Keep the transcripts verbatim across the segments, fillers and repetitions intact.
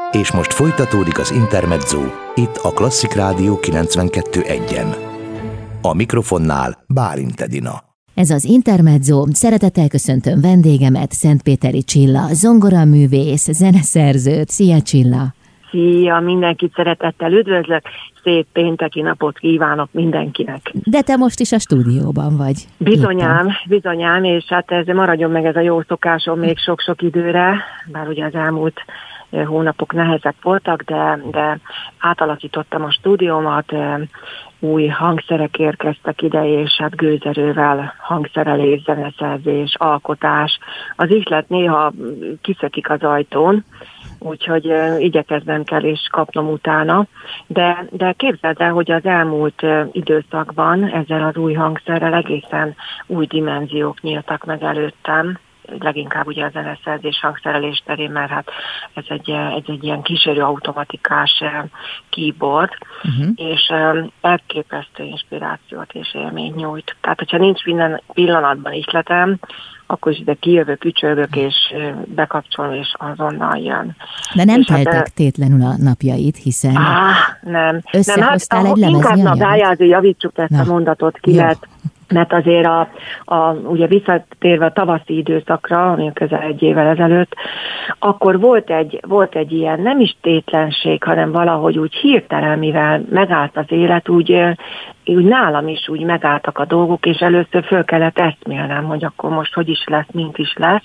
És most folytatódik az Intermezzo, itt a Klasszik Rádió kilencvenkettő egyen. A mikrofonnál Bálint Edina. Ez az Intermezzo, szeretettel köszöntöm vendégemet, Szentpéteri Csilla, zongoraművész, zeneszerzőt. Szia Csilla! Szia, mindenkit szeretettel üdvözlök, szép pénteki napot kívánok mindenkinek. De te most is a stúdióban vagy. Bizonyám, éppen. bizonyám, és hát ez maradjon meg ez a jó szokásom még sok-sok időre, bár ugye az elmúlt hónapok nehezek voltak, de, de átalakítottam a stúdiómat, új hangszerek érkeztek ide, és hát gőzerővel hangszerelés, zeneszerzés, alkotás. Az ihlet néha kiszökik az ajtón, úgyhogy uh, igyekeznem kell és kapnom utána, de, de képzeld el, hogy az elmúlt uh, időszakban ezzel az új hangszerrel egészen új dimenziók nyíltak meg előttem, leginkább ugye a zeneszerzés hangszerelés terén, mert hát ez egy, ez egy ilyen kísérő automatikás keyboard, uh-huh. és um, elképesztő inspirációt és élményt nyújt. Tehát, hogyha nincs minden pillanatban ihletem, akkor is ide kijövök, ücsörgök, és bekapcsolom, és azonnal jön. De nem és teltek hát, napjaid a napjait, hiszen áh, nem. összehoztál nem, hát, egy lemeznyi inkább anyagot. na, azért javítsuk ezt Na. a mondatot ki, mert, mert azért a, a, ugye visszatérve a tavaszi időszakra, ami közel egy évvel ezelőtt, akkor volt egy, volt egy ilyen nem is tétlenség, hanem valahogy úgy hirtelen, mivel megállt az élet, úgy, úgy nálam is úgy megálltak a dolgok, és először föl kellett eszmélnem, hogy akkor most hogy is lesz, mint is lesz.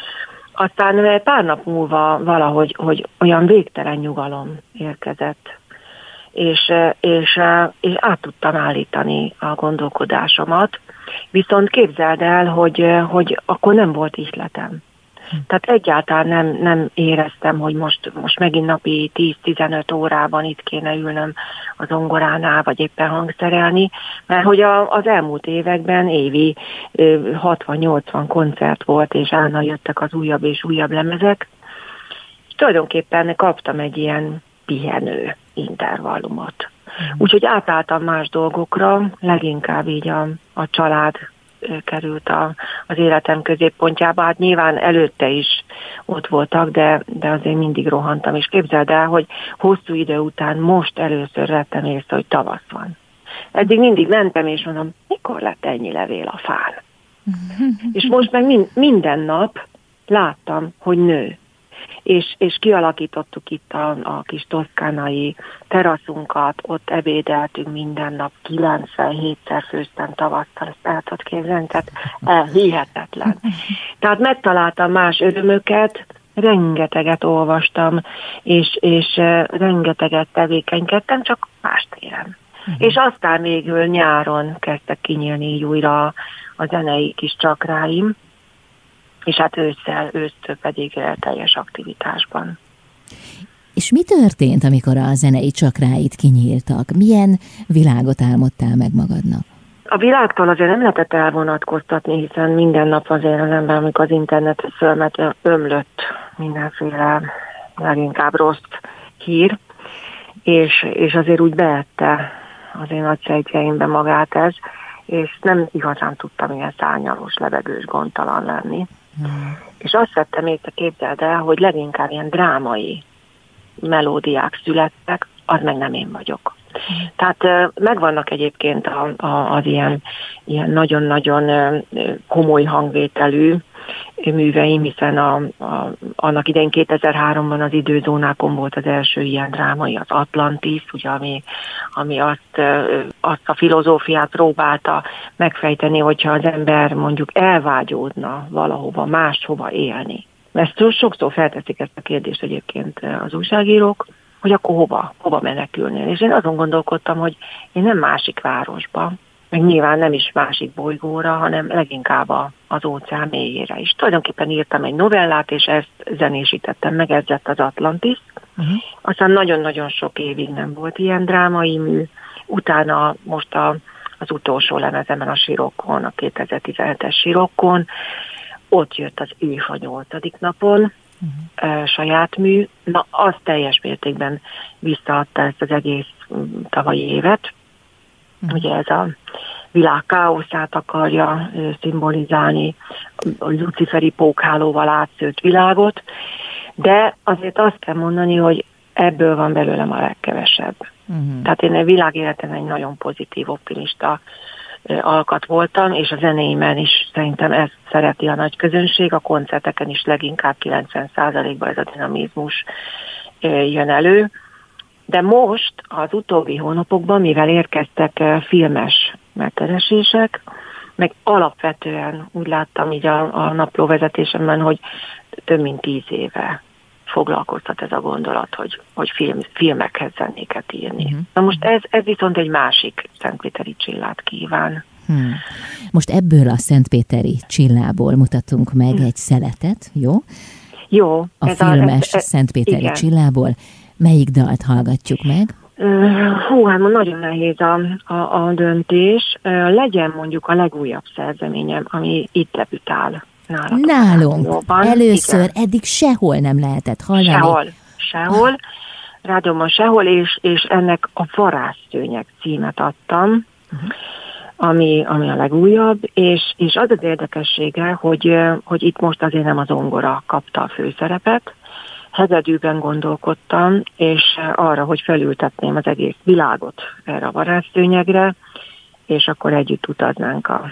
Aztán pár nap múlva valahogy hogy olyan végtelen nyugalom érkezett, és, és, és át tudtam állítani a gondolkodásomat. Viszont képzeld el, hogy, hogy akkor nem volt ihletem. Tehát egyáltalán nem, nem éreztem, hogy most, most megint napi tíz-tizenöt órában itt kéne ülnöm a zongoránál, vagy éppen hangszerelni, mert hogy a, az elmúlt években évi hatvan-nyolcvan koncert volt, és állandóan jöttek az újabb és újabb lemezek, és tulajdonképpen kaptam egy ilyen pihenő intervallumot. Úgyhogy átálltam más dolgokra, leginkább így a, a család került a, az életem középpontjába. Hát nyilván előtte is ott voltak, de, de azért mindig rohantam. És képzeld el, hogy hosszú idő után most először vettem észre, hogy tavasz van. Eddig mindig mentem, és mondom, mikor lett ennyi levél a fán? És most meg min, minden nap láttam, hogy nő. És, és kialakítottuk itt a, a kis toszkánai teraszunkat, ott ebédeltünk minden nap, kilencvenhétszer főztem tavasszal, ezt el tudod képzelni, tehát hihetetlen. Tehát megtaláltam más örömöket, rengeteget olvastam, és, és rengeteget tevékenykedtem, csak más téren. Uh-huh. És aztán végül nyáron kezdtek kinyílni így újra a zenei kis csakráim, és hát ősszel, ősztől pedig teljes aktivitásban. És mi történt, amikor a zenei csakráid kinyíltak? Milyen világot álmodtál meg magadnak? A világtól azért nem lehetett elvonatkoztatni, hiszen minden nap azért az ember, amikor az internetre fölmet, ömlött mindenféle leginkább rossz hír, és, és azért úgy beette az én agysejtjeimbe magát ez, és nem igazán tudtam ilyen szárnyalós, levegős, gondtalan lenni. Hmm. És azt vettem észre, képzeld el, hogy leginkább ilyen drámai melódiák születtek, az meg nem én vagyok. Hmm. Tehát megvannak egyébként a, a, az ilyen, ilyen nagyon-nagyon komoly hangvételű műveim, hiszen a, a, annak idején kétezer-háromban az Időzónákon volt az első ilyen drámai, az Atlantis, ugye, ami, ami azt, azt a filozófiát próbálta megfejteni, hogyha az ember mondjuk elvágyódna valahova, máshova élni. Mert sokszor felteszik ezt a kérdést egyébként az újságírók, hogy akkor hova, hova menekülnél. És én azon gondolkodtam, hogy én nem másik városba, meg nyilván nem is másik bolygóra, hanem leginkább az óceán mélyére is. Tulajdonképpen írtam egy novellát, és ezt zenésítettem meg, ez lett az Atlantis. Uh-huh. Aztán nagyon-nagyon sok évig nem volt ilyen drámai mű. Utána most a, az utolsó lemezemen, a Sirokkon, a kétezer-tizenhetes Sirokkon, ott jött az Év a nyolcadik napon, uh-huh. saját mű. Na, az teljes mértékben visszaadta ezt az egész tavalyi évet. Uh-huh. Ugye ez a világ káoszát akarja szimbolizálni, a luciferi pókhálóval átszőtt világot, de azért azt kell mondani, hogy ebből van belőlem a legkevesebb. Uh-huh. Tehát én a világéleten egy nagyon pozitív, optimista alkat voltam, és a zenéimen is szerintem ezt szereti a nagy közönség, a koncerteken is leginkább kilencven százalékban ez a dinamizmus jön elő. De most az utóbbi hónapokban, mivel érkeztek filmes megkeresések, meg alapvetően úgy láttam így a, a naplóvezetésemben, hogy több mint tíz éve foglalkoztat ez a gondolat, hogy, hogy film, filmekhez zenéket írni. Uh-huh. Na most ez, ez viszont egy másik szentpéteri csillát kíván. Hmm. Most ebből a szentpéteri csillából mutatunk meg egy szeletet, jó? Jó. A ez filmes a, ez, ez, szentpéteri igen. csillából. Melyik dalt hallgatjuk meg? Hú, hát nagyon nehéz a, a, a döntés. Legyen mondjuk a legújabb szerzeményem, ami itt debütál. Nálatok Nálunk. Először, igen. Eddig sehol nem lehetett hallani. Sehol, sehol. Rádióban sehol, és, és ennek a Varázsszőnyeg címet adtam, uh-huh. ami, ami a legújabb, és, és az az érdekessége, hogy, hogy itt most azért nem az zongora kapta a főszerepet. Hegedűben gondolkodtam, és arra, hogy felültetném az egész világot erre a varázsszőnyegre, és akkor együtt utaznánk a,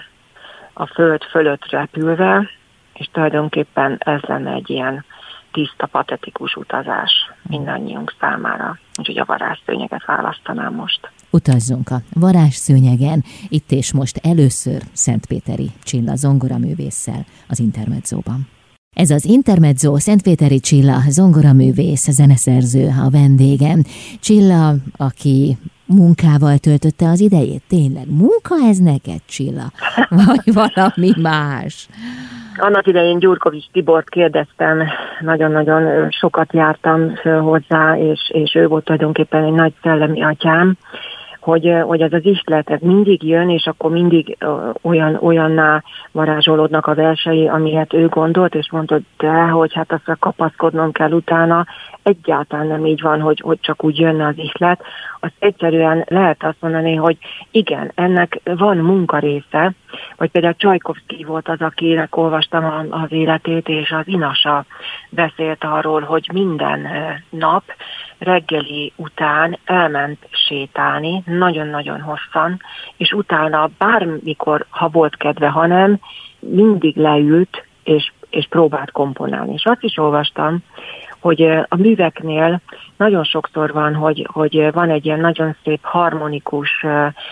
a föld fölött repülve, és tulajdonképpen ez lenne egy ilyen tiszta, patetikus utazás mindannyiunk számára. Úgyhogy a varázsszőnyeget választanám most. Utazzunk a varázsszőnyegen, itt és most először Szentpéteri Csilla zongoraművésszel az Intermedzóban. Ez az Intermezzo, Szentpéteri Csilla zongoraművész, zeneszerző a vendégem. Csilla, aki munkával töltötte az idejét, tényleg munka ez neked, Csilla? Vagy valami más? Annak idején Gyurkovics Tibort kérdeztem, nagyon-nagyon sokat jártam hozzá, és, és ő volt tulajdonképpen egy nagy szellemi atyám, hogy, hogy ez az ihlet, ez mindig jön, és akkor mindig olyan, olyanná varázsolódnak a versei, amilyet ő gondolt, és mondta, de hogy hát aztán kapaszkodnom kell utána. Egyáltalán nem így van, hogy, hogy csak úgy jönne az ihlet. Az egyszerűen lehet azt mondani, hogy igen, ennek van munkarésze, vagy például Csajkovszky volt az, akinek olvastam az életét, és az Inasa beszélt arról, hogy minden nap reggeli után elment sétálni, nagyon-nagyon hosszan, és utána bármikor, ha volt kedve, hanem mindig leült, és, és próbált komponálni. És azt is olvastam, hogy a műveknél nagyon sokszor van, hogy, hogy van egy ilyen nagyon szép, harmonikus,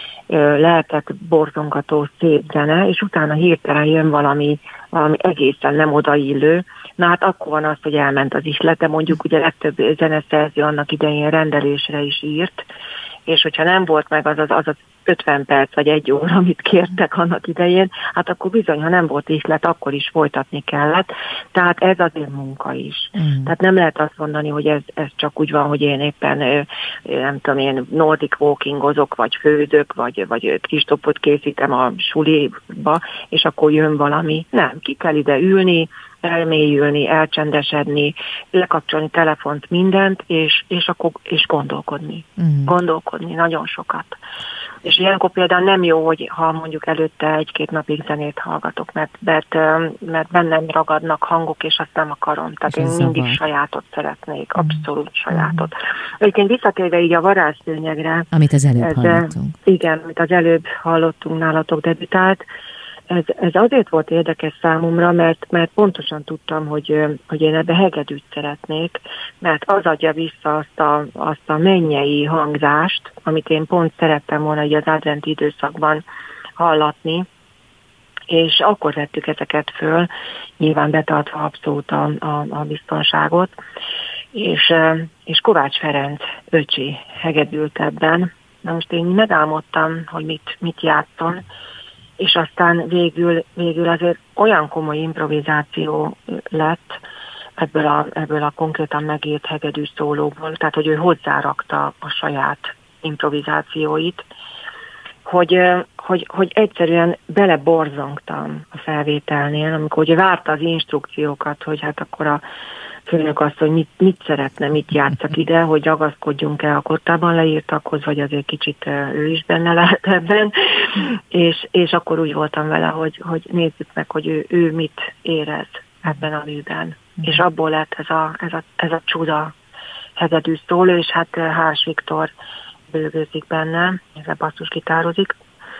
lelket borzongató szép zene, és utána hirtelen jön valami, valami egészen nem odaillő. Na hát akkor van az, hogy elment az ihlete, mondjuk ugye legtöbb zeneszerző annak idején rendelésre is írt, és hogyha nem volt meg az az, az, az ötven perc vagy egy óra, amit kértek annak idején, hát akkor bizony, ha nem volt ihlet, akkor is folytatni kellett. Tehát ez azért munka is. Mm. Tehát nem lehet azt mondani, hogy ez, ez csak úgy van, hogy én éppen nem tudom, én nordic walkingozok, vagy főzök, vagy, vagy Kristófot készítem a suliba, és akkor jön valami. Nem, ki kell ide ülni, elmélyülni, elcsendesedni, lekapcsolni telefont, mindent, és, és akkor és gondolkodni. Mm. Gondolkodni nagyon sokat. És ilyenkor például nem jó, hogy ha mondjuk előtte egy-két napig zenét hallgatok, mert, mert, mert bennem ragadnak hangok, és azt nem akarom. Tehát én mindig zavar. sajátot szeretnék, abszolút mm. sajátot. Egyébként visszatérve így a varázsszőnyegre. Amit az előbb ez, hallottunk. Igen, amit az előbb hallottunk, nálatok debütált. Ez, ez azért volt érdekes számomra, mert, mert pontosan tudtam, hogy, hogy én ebbe hegedűt szeretnék, mert az adja vissza azt a, azt a mennyei hangzást, amit én pont szerettem volna az adventi időszakban hallatni, és akkor vettük ezeket föl, nyilván betartva abszolút a, a, a biztonságot, és, és Kovács Ferenc öcsi hegedült ebben. Na most én megálmodtam, hogy mit, mit játszom, és aztán végül, végül azért olyan komoly improvizáció lett ebből a, ebből a konkrétan megírt hegedű szólóból, tehát hogy ő hozzárakta a saját improvizációit, hogy, hogy, hogy egyszerűen beleborzongtam a felvételnél, amikor ugye várta az instrukciókat, hogy hát akkor a főnök azt, hogy mit, mit szeretne, mit játszak ide, hogy ragaszkodjunk el a kottában leírtakhoz, vagy azért kicsit ő is benne lehet ebben, és, és akkor úgy voltam vele, hogy, hogy nézzük meg, hogy ő, ő mit érez ebben a műben. És abból lett ez a, ez a, ez a csuda hegedű szóló, és hát Hárs Viktor bőgőzik benne, ezzel basszusgitározik.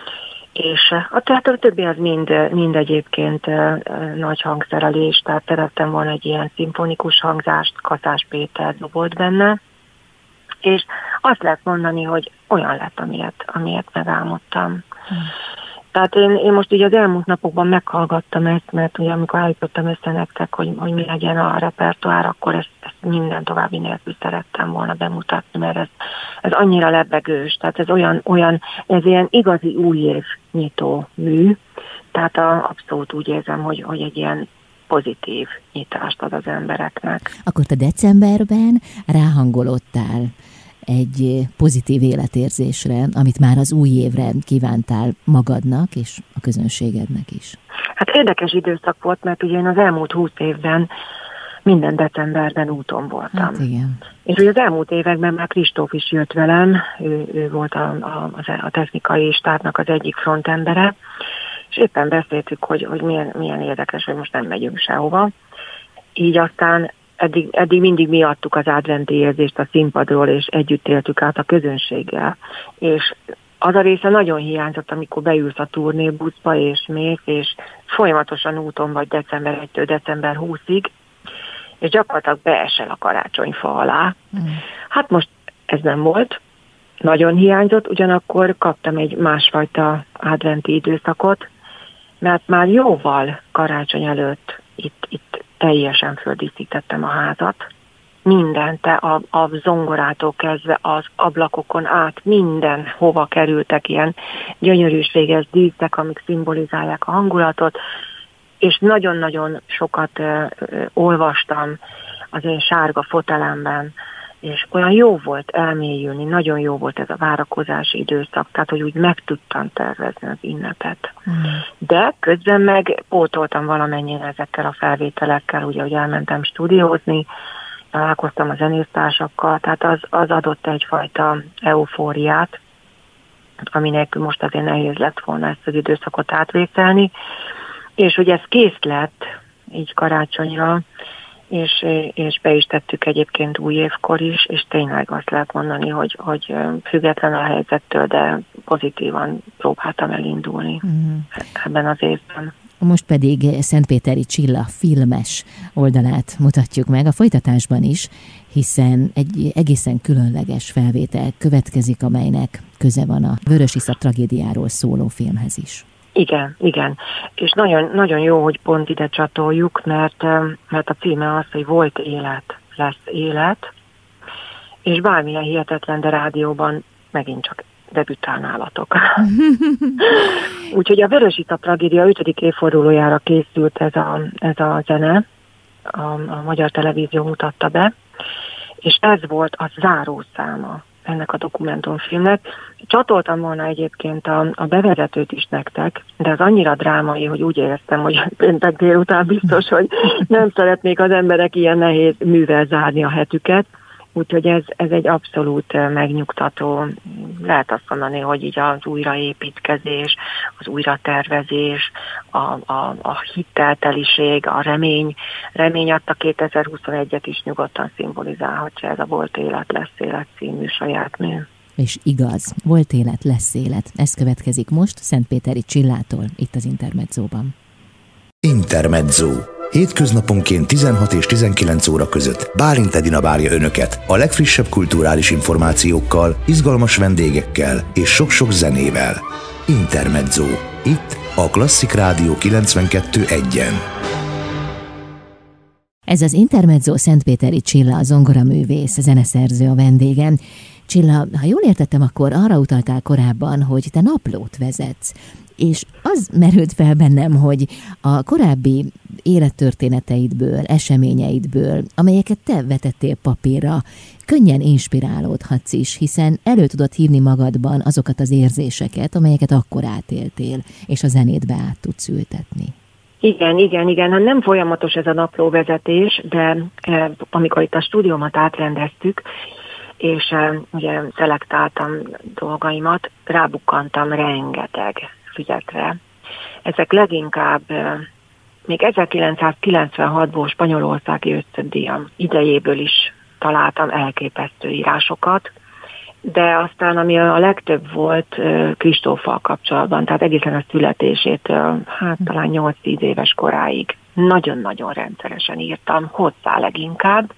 És a, tehát a többi az mind, mind egyébként nagy hangszerelés, tehát szerettem volna egy ilyen szimfonikus hangzást, Kaszás Péter dobolt benne, és azt lehet mondani, hogy olyan lett, amilyet, amilyet megálmodtam. Hmm. Tehát én, én most így az elmúlt napokban meghallgattam ezt, mert ugye amikor állítottam össze nektek, hogy, hogy mi legyen a repertoár, akkor ezt, ezt minden további nélkül szerettem volna bemutatni, mert ez, ez annyira lebegős, tehát ez olyan, olyan, ez ilyen igazi újév nyitó mű, tehát a, abszolút úgy érzem, hogy, hogy egy ilyen pozitív nyitást ad az embereknek. Akkor te decemberben ráhangolódtál egy pozitív életérzésre, amit már az új évre kívántál magadnak és a közönségednek is. Hát érdekes időszak volt, mert ugye én az elmúlt húsz évben minden decemberben úton voltam. Hát igen. És ugye az elmúlt években már Kristóf is jött velem, ő, ő volt a, a, a technikai stábnak az egyik frontembere, és éppen beszéltük, hogy, hogy milyen, milyen érdekes, hogy most nem megyünk sehova. Így aztán Eddig, eddig mindig mi adtuk az adventi érzést a színpadról, és együtt éltük át a közönséggel. És az a része nagyon hiányzott, amikor beülsz a turnébuszba, és mész, és folyamatosan úton vagy december elsejétől december huszadikáig, és gyakorlatilag beesel a karácsonyfa alá. Mm. Hát most ez nem volt, nagyon hiányzott, ugyanakkor kaptam egy másfajta adventi időszakot, mert már jóval karácsony előtt itt, itt teljesen földíszítettem a házat. Mindent, a, a zongorától kezdve az ablakokon át minden hova kerültek ilyen gyönyörűséges díszek, amik szimbolizálják a hangulatot, és nagyon-nagyon sokat ö, ö, olvastam az én sárga fotelemben, és olyan jó volt elmélyülni, nagyon jó volt ez a várakozási időszak, tehát hogy úgy meg tudtam tervezni az ünnepet. Mm. De közben meg pótoltam valamennyire ezekkel a felvételekkel, ugye, hogy elmentem stúdiózni, találkoztam a zenésztársakkal, tehát az, az adott egyfajta eufóriát, ami nélkül most azért nehéz lett volna ezt az időszakot átvészelni, és hogy ez kész lett így karácsonyra, És, és be is tettük egyébként új évkor is, és tényleg azt lehet mondani, hogy, hogy független a helyzettől, de pozitívan próbáltam elindulni mm. ebben az évben. Most pedig Szentpéteri Csilla filmes oldalát mutatjuk meg a folytatásban is, hiszen egy egészen különleges felvétel következik, amelynek köze van a Vörösiszap tragédiáról szóló filmhez is. Igen, igen. És nagyon, nagyon jó, hogy pont ide csatoljuk, mert, mert a címe az, hogy volt élet, lesz élet, és bármilyen hihetetlen, de rádióban megint csak debütálnálatok. Úgyhogy a Vörösiszap tragédia ötödik évfordulójára készült ez a, ez a zene, a, a Magyar Televízió mutatta be, és ez volt a zárószáma ennek a dokumentumfilmnek. Csatoltam volna egyébként a, a bevezetőt is nektek, de az annyira drámai, hogy úgy éreztem, hogy péntek délután biztos, hogy nem szeretnék az emberek ilyen nehéz művel zárni a hetüket. Úgyhogy ez, ez egy abszolút megnyugtató, lehet azt mondani, hogy így az újraépítkezés, az újratervezés, a, a, a hittelteliség, a remény, remény adta kétezer-huszonegyet is nyugodtan szimbolizálhatja ez a Volt élet, lesz élet című saját mű. És igaz, volt élet, lesz élet. Ez következik most Szentpéteri Csillától, itt az Intermedzóban. Intermezzo. Hétköznaponként tizenhat és tizenkilenc óra között Bálint Edina várja Önöket a legfrissebb kulturális információkkal, izgalmas vendégekkel és sok-sok zenével. Intermezzo. Itt a Klasszik Rádió kilencvenkettő egyen. Ez az Intermezzo, Szentpéteri Csilla, a zongoraművész, zeneszerző a vendégem. Csilla, ha jól értettem, akkor arra utaltál korábban, hogy te naplót vezetsz. És az merült fel bennem, hogy a korábbi élettörténeteidből, eseményeidből, amelyeket te vetettél papírra, könnyen inspirálódhatsz is, hiszen elő tudod hívni magadban azokat az érzéseket, amelyeket akkor átéltél, és a zenétbe át tudsz ültetni. Igen, igen, igen. Hát nem folyamatos ez a naplóvezetés, de eh, amikor itt a stúdiómat átrendeztük, és eh, ugye szelektáltam dolgaimat, rábukkantam rengeteg fügyekre. Ezek leginkább eh, még ezerkilencszázkilencvenhatból Spanyolországi ösztöndíjam idejéből is találtam elképesztő írásokat, de aztán ami a legtöbb volt Kristóffal kapcsolatban, tehát egészen a születésétől, hát talán nyolc-tíz éves koráig nagyon-nagyon rendszeresen írtam, hozzá leginkább,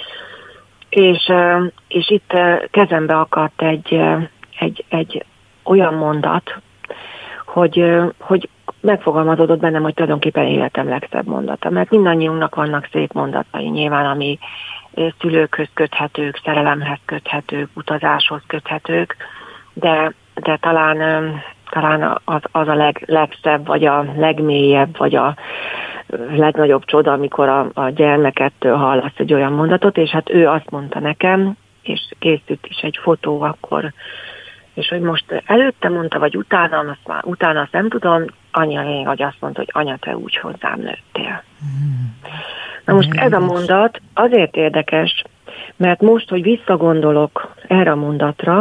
és, és itt kezembe akadt egy, egy, egy olyan mondat, hogy, hogy megfogalmazódott bennem, hogy tulajdonképpen életem legszebb mondata, mert mindannyiunknak vannak szép mondatai nyilván, ami szülőkhöz köthetők, szerelemhez köthetők, utazáshoz köthetők, de, de talán, talán az, az a leg, legszebb, vagy a legmélyebb, vagy a legnagyobb csoda, amikor a, a gyermekettől hallasz egy olyan mondatot, és hát ő azt mondta nekem, és készült is egy fotó akkor, és hogy most előtte mondta, vagy utána, azt már, utána azt nem tudom, anya lényeg, hogy azt mondta, hogy anya, te úgy hozzám nőttél. Hmm. Na most ez a mondat azért érdekes, mert most, hogy visszagondolok erre a mondatra,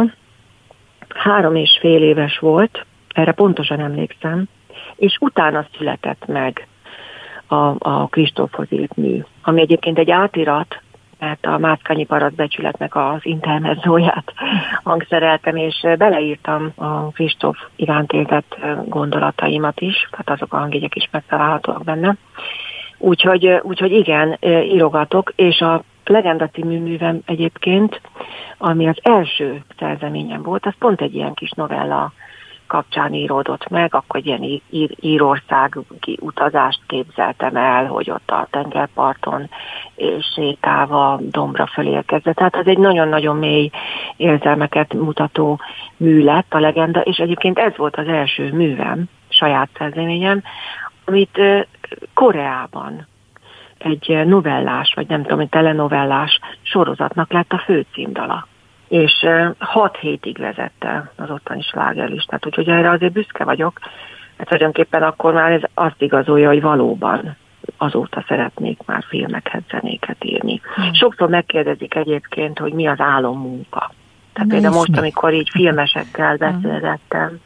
három és fél éves volt, erre pontosan emlékszem, és utána született meg a, a Kristófhoz írt mű, ami egyébként egy átirat, mert a Mászkányi Parasztbecsületnek az intermezzóját hangszereltem, és beleírtam a Kristóf iránt érzett gondolataimat is, tehát azok a hangjegyek is megtalálhatóak benne. Úgyhogy, úgyhogy igen, írogatok, és a Legenda című művem egyébként, ami az első szerzeményem volt, az pont egy ilyen kis novella kapcsán íródott meg, akkor egy ilyen ír, írországi utazást képzeltem el, hogy ott a tengerparton sétálva dombra fölérkezve. Tehát az egy nagyon-nagyon mély érzelmeket mutató mű lett a Legenda, és egyébként ez volt az első művem, saját szerzeményem, amit Koreában egy novellás, vagy nem tudom, egy telenovellás sorozatnak lett a főcímdala. És hat hétig vezette az ottani slágerlistát, úgyhogy erre azért büszke vagyok, mert tulajdonképpen akkor már ez azt igazolja, hogy valóban azóta szeretnék már filmekhez, zenéket írni. Hmm. Sokszor megkérdezik egyébként, hogy mi az álommunka. Tehát például most, mi? amikor így filmesekkel beszélgettem,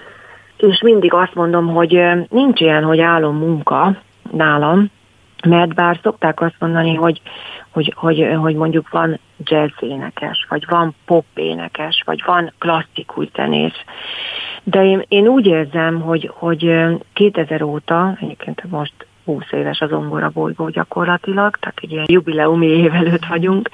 és mindig azt mondom, hogy nincs ilyen, hogy álommunka nálam, mert bár szokták azt mondani, hogy, hogy, hogy, hogy mondjuk van jazz énekes, vagy van pop énekes, vagy van klasszikus zenész, de én, én úgy érzem, hogy, hogy kétezer óta, egyébként most húsz éves az Zongora bolygó gyakorlatilag, tehát egy ilyen jubileumi év előtt vagyunk,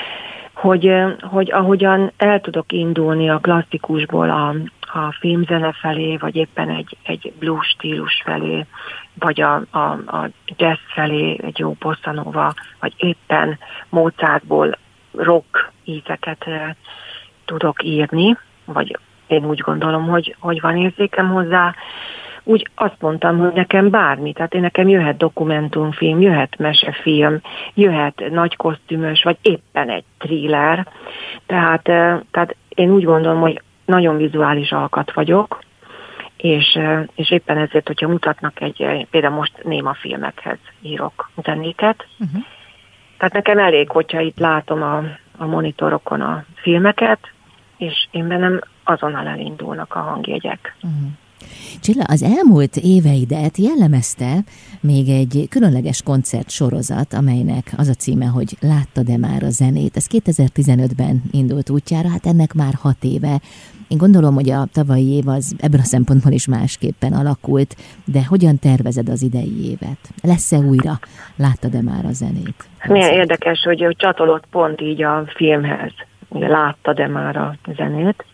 hogy, hogy ahogyan el tudok indulni a klasszikusból a, a filmzene felé, vagy éppen egy, egy blues stílus felé, vagy a, a, a jazz felé, egy jó bossa nova, vagy éppen Mozartból rock ízeket e, tudok írni, vagy én úgy gondolom, hogy, hogy van érzékem hozzá, úgy azt mondtam, hogy nekem bármi, tehát én nekem jöhet dokumentumfilm, jöhet mesefilm, jöhet nagy kosztümös, vagy éppen egy thriller, tehát, e, tehát én úgy gondolom, hogy nagyon vizuális alkat vagyok, és, és éppen ezért, hogyha mutatnak egy, például most néma filmekhez írok zenéket, uh-huh. tehát nekem elég, hogyha itt látom a, a monitorokon a filmeket, és én bennem azonnal elindulnak a hangjegyek. Uh-huh. Csilla, az elmúlt éveidet jellemezte még egy különleges koncertsorozat, amelynek az a címe, hogy Láttad-e már a zenét? Ez kétezer-tizenötben indult útjára, hát ennek már hat éve. Én gondolom, hogy a tavalyi év az ebből a szempontból is másképpen alakult, de hogyan tervezed az idei évet? Lesz-e újra? Láttad-e már a zenét? Milyen érdekes, hogy csatolott pont így a filmhez. Ugye láttad-e már a zenét?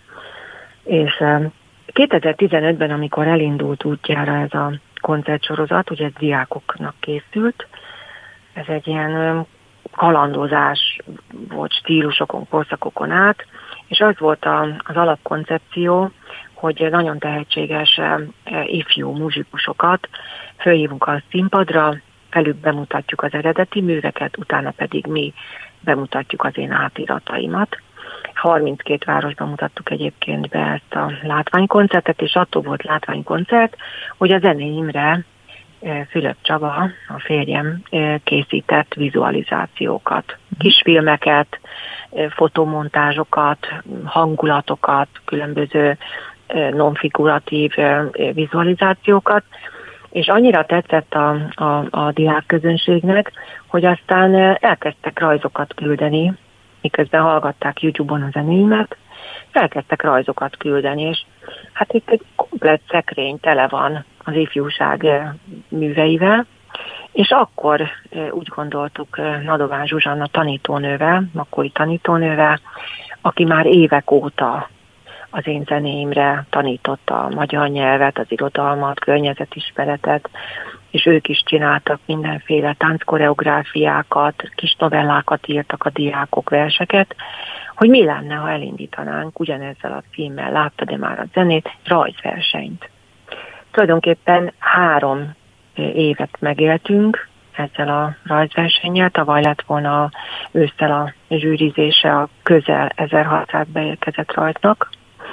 És kétezer-tizenötben, amikor elindult útjára ez a koncertsorozat, ugye ez diákoknak készült, ez egy ilyen kalandozás volt stílusokon, korszakokon át, és az volt a, az alapkoncepció, hogy nagyon tehetséges ifjú muzsikusokat fölhívunk a színpadra, előbb bemutatjuk az eredeti műveket, utána pedig mi bemutatjuk az én átirataimat. harminckét városban mutattuk egyébként be ezt a látványkoncertet, és attól volt látványkoncert, hogy a zenéimre Fülöp Csaba, a férjem készített vizualizációkat, kisfilmeket, fotomontázsokat, hangulatokat, különböző nonfiguratív vizualizációkat, és annyira tetszett a, a, a diákközönségnek, hogy aztán elkezdtek rajzokat küldeni, miközben hallgatták YouTube-on a zenéimet, elkezdtek rajzokat küldeni, és hát itt egy komplett szekrény tele van az ifjúság műveivel, és akkor úgy gondoltuk Nadován Zsuzsanna tanítónővel, akkori tanítónővel, aki már évek óta az én zenéimre tanította a magyar nyelvet, az irodalmat, környezetismeretet, és ők is csináltak mindenféle tánckoreográfiákat, kis novellákat írtak a diákok, verseket, hogy mi lenne, ha elindítanánk ugyanezzel a címmel, láttad-e már a zenét, rajzversenyt. Tulajdonképpen három évet megéltünk ezzel a rajzversennyel, tavaly lett volna ősszel a zsűrizése a közel ezerhatszáz beérkezett rajznak.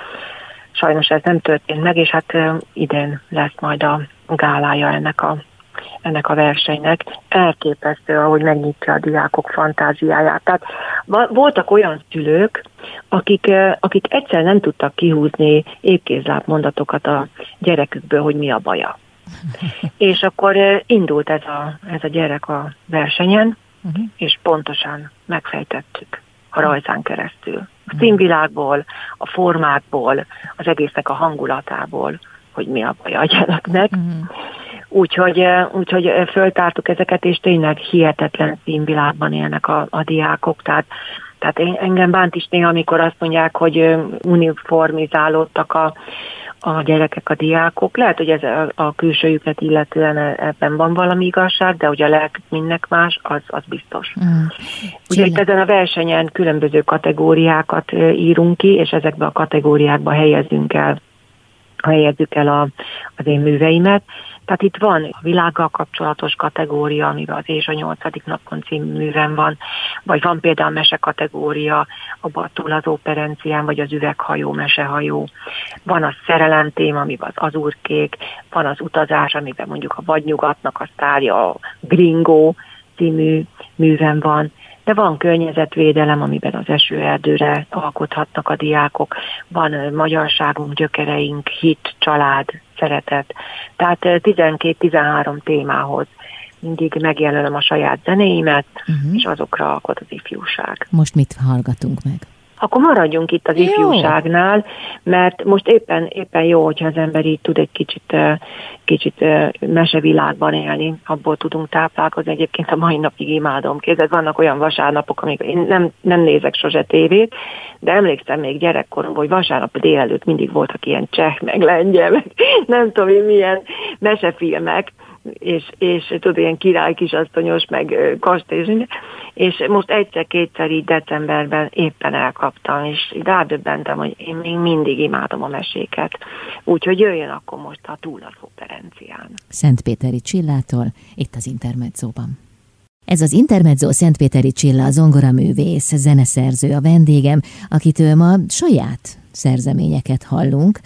Sajnos ez nem történt meg, és hát idén lesz majd a gálája ennek a, ennek a versenynek. Elképesztő, ahogy megnyitja a diákok fantáziáját. Tehát voltak olyan szülők, akik, akik egyszer nem tudtak kihúzni épkézláb mondatokat a gyerekükből, hogy mi a baja. És akkor indult ez a, ez a gyerek a versenyen, uh-huh. és pontosan megfejtettük a rajzán keresztül. A színvilágból, a formákból, az egésznek a hangulatából, hogy mi a baj a gyereknek. Uh-huh. Úgyhogy, úgyhogy föltártuk ezeket, és tényleg hihetetlen színvilágban élnek a, a diákok. Tehát, tehát engem bánt is néha, amikor azt mondják, hogy uniformizálódtak a, a gyerekek, a diákok. Lehet, hogy ez a, a külsőjüket illetően ebben van valami igazság, de hogy a lelkük mindnek más, az, az biztos. Mm. Ugye itt ezen a versenyen különböző kategóriákat írunk ki, és ezekbe a kategóriákba helyezünk el, helyezzük el a, az én műveimet. Tehát itt van a világgal kapcsolatos kategória, amiben az És a nyolcadik napon című művem van, vagy van például a mese kategória, abban túl az operencián, vagy az üveghajó, mesehajó. Van a szerelem téma, amiben az azurkék, van az utazás, amiben mondjuk a vadnyugatnak a sztárja, a Gringo című művem van, de van környezetvédelem, amiben az esőerdőre alkothatnak a diákok, van magyarságunk, gyökereink, hit, család, szeretet. Tehát tizenkét-tizenhárom témához mindig megjelölöm a saját zenéimet, uh-huh. és azokra alkot az ifjúság. Most mit hallgatunk meg? Akkor maradjunk itt az ifjúságnál, mert most éppen, éppen jó, hogyha az ember így tud egy kicsit, kicsit mesevilágban élni, abból tudunk táplálkozni. Egyébként a mai napig imádom. Képzeld, vannak olyan vasárnapok, amikor én nem, nem nézek sose tévét, de emlékszem még gyerekkoromban, hogy vasárnap délelőtt mindig voltak ilyen cseh, meg lengyel, meg nem tudom én milyen mesefilmek, és, és tudod, ilyen király kisasszonyos, meg kastély, és most egyszer-kétszer így decemberben éppen elkaptam, és rádöbbentem, hogy én még mindig imádom a meséket. Úgyhogy jöjjön akkor most a Túl az operencián. Szentpéteri Csillától, itt az Intermedzóban. Ez az Intermezzo Szentpéteri Csilla, zongoraművész, zeneszerző a vendégem, akitől ma saját szerzeményeket hallunk,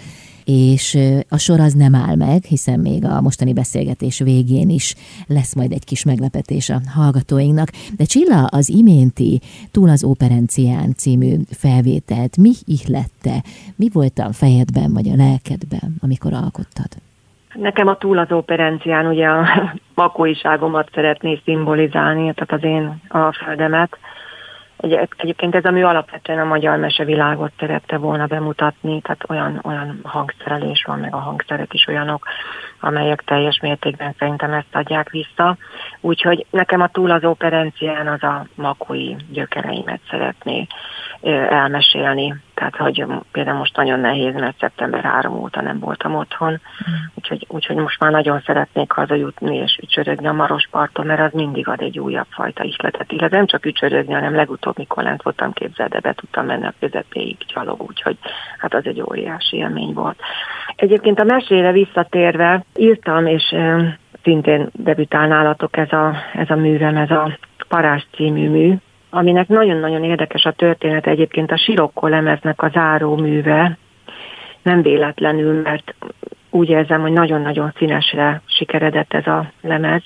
és a sor az nem áll meg, hiszen még a mostani beszélgetés végén is lesz majd egy kis meglepetés a hallgatóinknak. De Csilla, az iménti Túl az operencián című felvételt mi ihlette? Mi volt a fejedben vagy a lelkedben, amikor alkottad? Nekem a Túl az operencián ugye a makóiságomat szeretné szimbolizálni, tehát az én alföldemet. Egy, egyébként ez a mű alapvetően a magyar mesevilágot szerette volna bemutatni, tehát olyan, olyan hangszerelés van, meg a hangszerek is olyanok, amelyek teljes mértékben szerintem ezt adják vissza. Úgyhogy nekem a Túl az operencián az a makói gyökereimet szeretné elmesélni. Tehát, hogy például most nagyon nehéz, mert szeptember harmadika óta nem voltam otthon, mm. úgyhogy, úgyhogy most már nagyon szeretnék hazajutni és ücsörögni a Marosparton, mert az mindig ad egy újabb fajta ihletet. Illetve nem csak ücsörögni, hanem legutóbb, mikor lent voltam, képzeld, de be tudtam menni a közepéig gyalog, úgyhogy hát az egy óriási élmény volt. Egyébként a mesére visszatérve írtam, és e, szintén debütál nálatok ez a, ez a művem, ez a Parázs című mű, aminek nagyon-nagyon érdekes a történet, egyébként a Sirokko lemeznek a záró műve, nem véletlenül, mert úgy érzem, hogy nagyon-nagyon színesre sikeredett ez a lemez,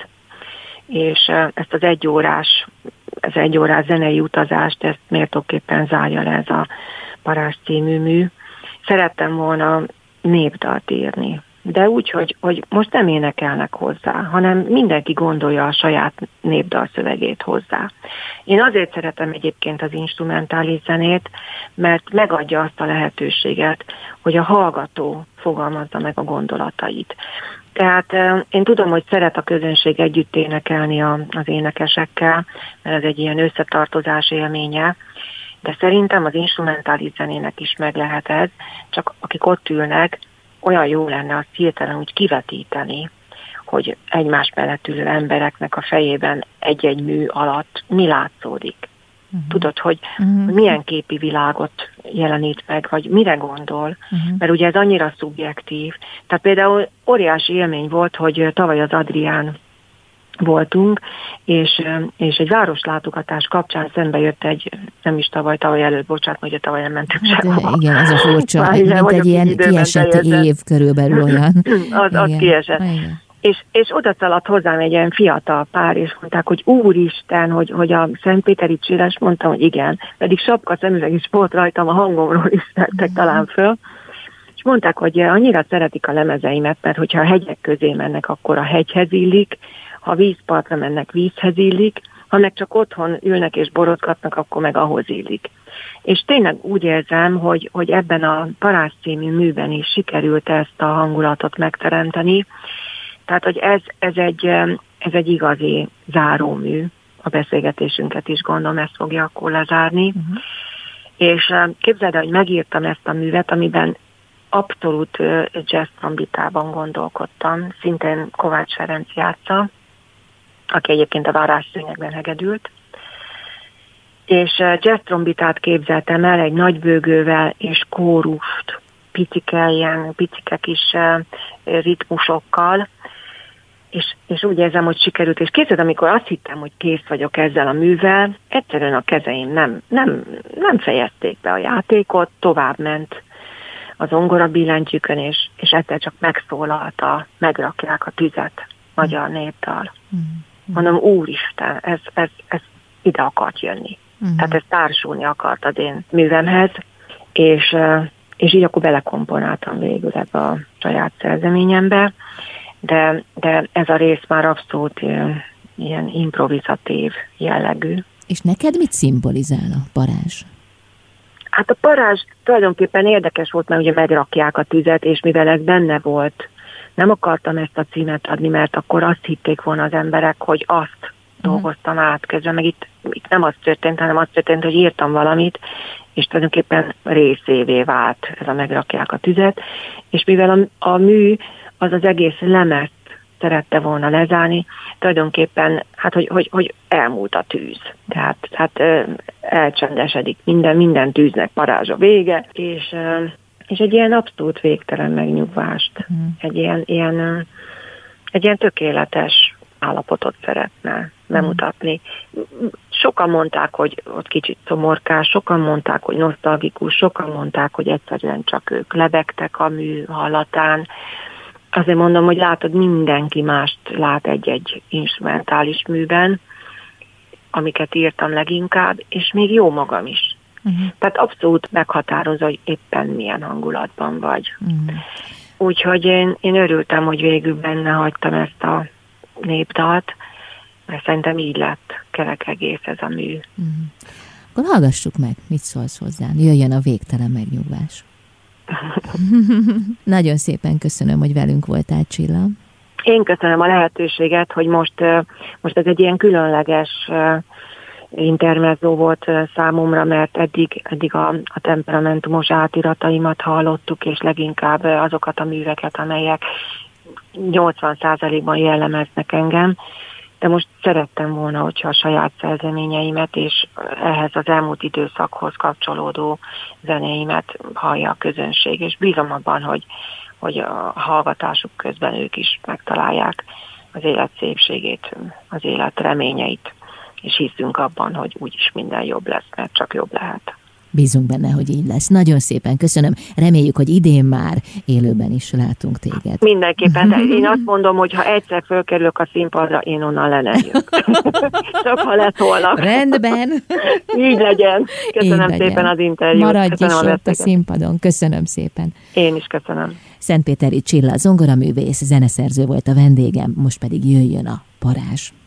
és ezt az egyórás, ez egyórás zenei utazást, ezt méltóképpen zárja le ez a Parázs című mű. Szerettem volna népdalt írni de úgy, hogy, hogy most nem énekelnek hozzá, hanem mindenki gondolja a saját népdal szövegét hozzá. Én azért szeretem egyébként az instrumentális zenét, mert megadja azt a lehetőséget, hogy a hallgató fogalmazza meg a gondolatait. Tehát én tudom, hogy szeret a közönség együtt énekelni az énekesekkel, mert ez egy ilyen összetartozás élménye, de szerintem az instrumentális zenének is meg lehet ez, csak akik ott ülnek, olyan jó lenne azt hirtelen úgy kivetíteni, hogy egymás mellett ülő embereknek a fejében egy-egy mű alatt mi látszódik. Uh-huh. Tudod, hogy uh-huh. milyen képi világot jelenít meg, vagy mire gondol, uh-huh. mert ugye ez annyira szubjektív. Tehát például óriási élmény volt, hogy tavaly az Adrián voltunk, és, és egy városlátogatás kapcsán szembe jött egy, nem is tavaly, tavaly előtt, bocsánat, hogy tavaly nem mentünk hát, sehova. Igen, ez a furcsa, mint egy ilyen kiesett év körülbelül olyan. az, az kiesett. És, és oda szaladt hozzám egy ilyen fiatal pár, és mondták, hogy úristen, hogy, hogy a Szentpéteri Csillás, mondtam, hogy igen, pedig sapka szemüveg is volt rajtam, a hangomról is tettek talán föl, és mondták, hogy annyira szeretik a lemezeimet, mert hogyha a hegyek közé mennek, akkor a hegyhez illik, ha vízpartra mennek, vízhez illik, ha meg csak otthon ülnek és borotgatnak, akkor meg ahhoz illik. És tényleg úgy érzem, hogy, hogy ebben a Parázs című műben is sikerült ezt a hangulatot megteremteni. Tehát, hogy ez, ez, egy, ez egy igazi zárómű, a beszélgetésünket is gondolom, ezt fogja akkor lezárni. Uh-huh. És képzeld el, hogy megírtam ezt a művet, amiben abszolút jazz trombitában gondolkodtam, szintén Kovács Ferenc játsza, aki egyébként a Varázsszőnyegben hegedült, és jazz trombitát képzeltem el egy nagy bőgővel és kórust, picike, ilyen picike kis ritmusokkal, és, és úgy érzem, hogy sikerült, és készült, amikor azt hittem, hogy kész vagyok ezzel a művel, egyszerűen a kezeim nem, nem, nem fejezték be a játékot, tovább ment az zongora billentyűkön, és, és egyszer csak megszólalt a Megrakják a tüzet magyar népdal. Mondom, úristen, ez, ez, ez ide akart jönni. Uh-huh. Tehát ez társulni akart az én művemhez, és, és így akkor belekomponáltam végül ebbe a saját szerzeményembe, de, de ez a rész már abszolút ilyen improvizatív jellegű. És neked mit szimbolizál a parázs? Hát a parázs tulajdonképpen érdekes volt, mert ugye Megrakják a tüzet, és mivel ez benne volt, nem akartam ezt a címet adni, mert akkor azt hitték volna az emberek, hogy azt uh-huh. dolgoztam át közben, meg itt, itt nem az történt, hanem az történt, hogy írtam valamit, és tulajdonképpen részévé vált ez a Megrakják a tüzet, és mivel a, a mű az az egész lemezt szerette volna lezárni, tulajdonképpen hát, hogy, hogy, hogy elmúlt a tűz. Tehát, tehát elcsendesedik minden, minden tűznek parázs a vége, és és egy ilyen abszolút végtelen megnyugvást, mm. egy, ilyen, ilyen, egy ilyen tökéletes állapotot szeretne bemutatni. Sokan mondták, hogy ott kicsit szomorkás, sokan mondták, hogy nosztalgikus, sokan mondták, hogy egyszerűen csak ők lebegtek a mű hallatán. Azért mondom, hogy látod, mindenki mást lát egy-egy instrumentális műben, amiket írtam leginkább, és még jó magam is. Uh-huh. Tehát abszolút meghatározza, hogy éppen milyen hangulatban vagy. Uh-huh. Úgyhogy én, én örültem, hogy végül benne hagytam ezt a népdalt, mert szerintem így lett kerek egész ez a mű. Uh-huh. Akkor hallgassuk meg, mit szólsz hozzá. Jöjjön a végtelen megnyugvás. Nagyon szépen köszönöm, hogy velünk voltál, Csilla. Én köszönöm a lehetőséget, hogy most, most ez egy ilyen különleges intermezzo volt számomra, mert eddig, eddig a, a temperamentumos átirataimat hallottuk, és leginkább azokat a műveket, amelyek nyolcvan százalékban jellemeznek engem, de most szerettem volna, hogyha a saját szerzeményeimet és ehhez az elmúlt időszakhoz kapcsolódó zenéimet hallja a közönség, és bízom abban, hogy, hogy a hallgatásuk közben ők is megtalálják az élet szépségét, az élet reményeit, és hiszünk abban, hogy úgyis minden jobb lesz, mert csak jobb lehet. Bízunk benne, hogy így lesz. Nagyon szépen köszönöm. Reméljük, hogy idén már élőben is látunk téged. Mindenképpen, de én azt mondom, hogy ha egyszer fölkerülök a színpadra, én onnan le nem jövök. Csak ha letolnak. Rendben. Így legyen. Köszönöm legyen. szépen az interjút. Maradj is a ott a színpadon. Köszönöm szépen. Én is köszönöm. Szentpéteri Csilla zongoraművész, zeneszerző volt a vendégem, most pedig jöjjön a Parázs.